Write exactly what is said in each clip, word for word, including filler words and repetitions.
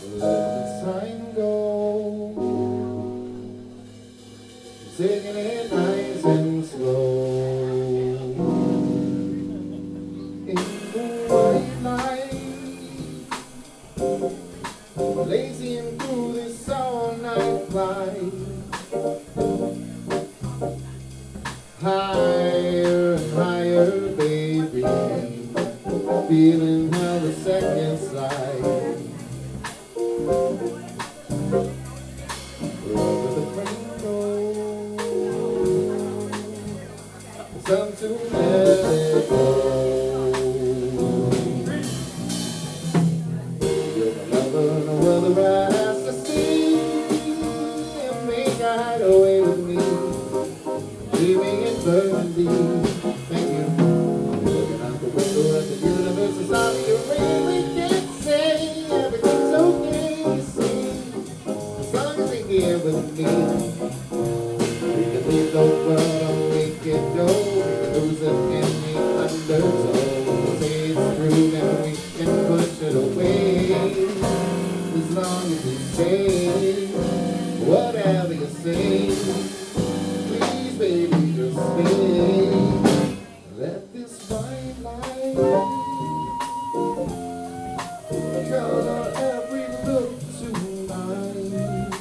Let time go, taking it nice and slow. In the white light, blazing through this all-night flight. Higher and higher, baby, feeling how the seconds slide. Over the rainbow, time to let it go. You're the lover, no other has to see, and make a hideaway with me, leaving it burgundy. Thank you. Looking out the window at the universe is out of your way. We can't say everything's okay, you see, as long as you're here with me. We can leave the world and make it go. We can lose it in the undertow. We'll say it's true and we can push it away, as long as you stay. Whatever you say, please, baby, just stay. Let this white light color every look tonight.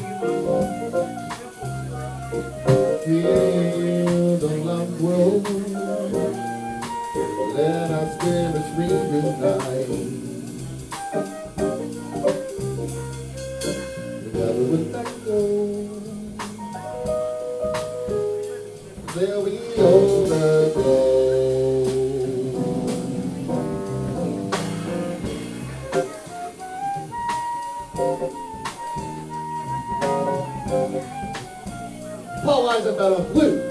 Feel the love grow. Let our spirits reunite. Together with that go, there'll be overflow. Paul Eisenfeller, flute.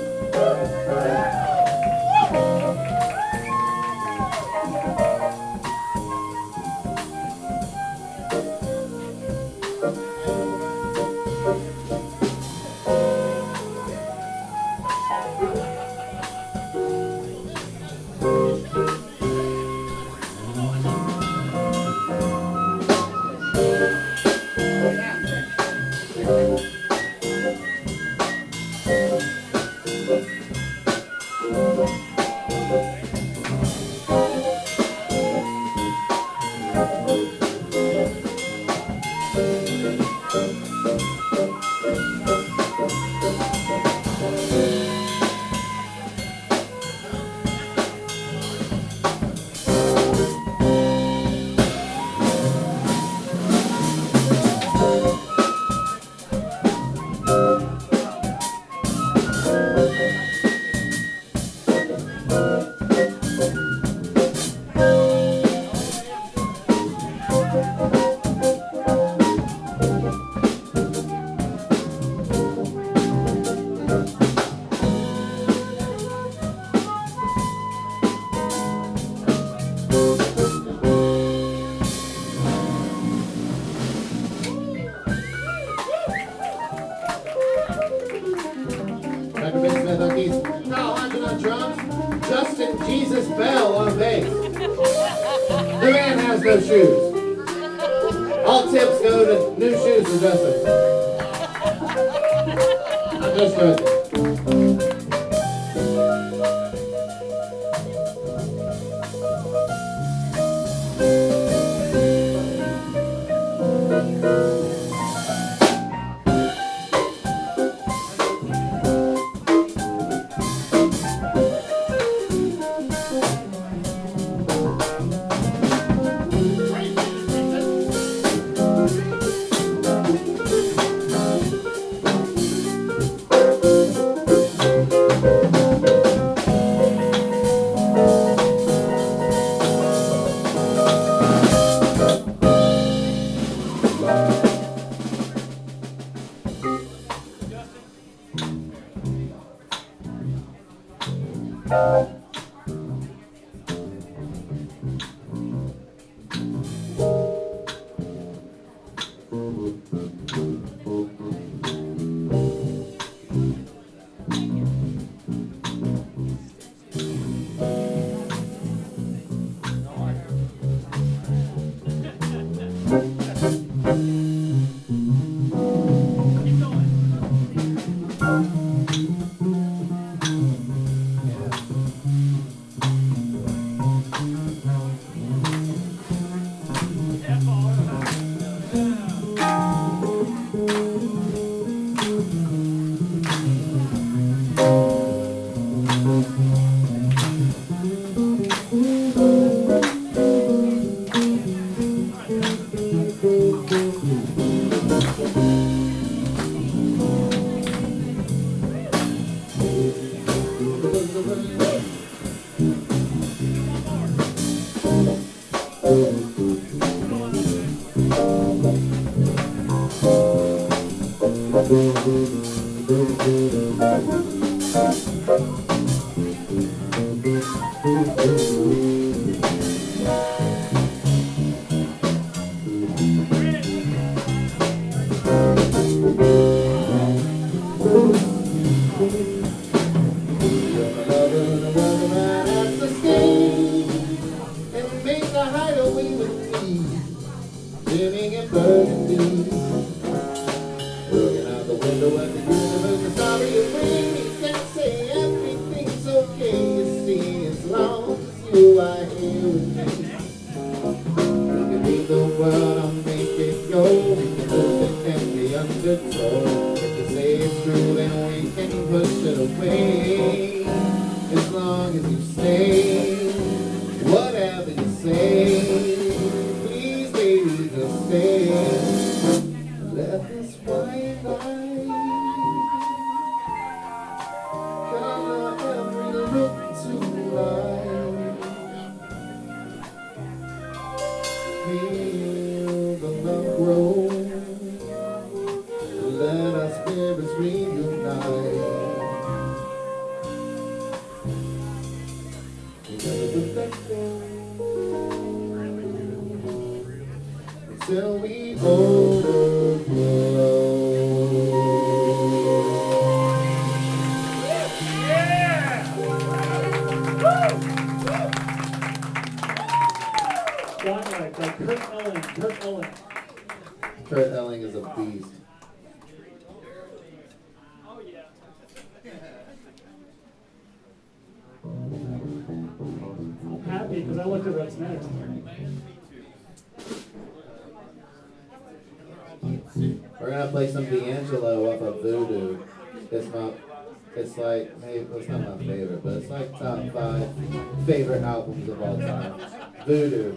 Carl Hunter on drums, Justin Jesus Bell on bass. Duran has no shoes. All tips go to new shoes for Justin. I'm just good. Thank you. Living in Burgundy, looking out the window at the universe, the sorry you bring me. Can't say everything's okay, you see, as long as you are here with me. We can leave the world, I'll make it go. We can lose it and be undertow. If you say it's true, then we can push it away. As long as you stay, whatever you say, stay. Let this white light color every look to life. Feel the love grow. Let our spirits reunite. Never let go till we overflow. Yeah! John, like, like Kurt Elling, Kurt Elling. Kurt Elling is a beast. Oh yeah. I'm happy because I looked at what's next. We're gonna play some D'Angelo off of Voodoo. It's my, it's like, maybe, well, it's not my favorite, but it's like top five favorite albums of all time. Voodoo.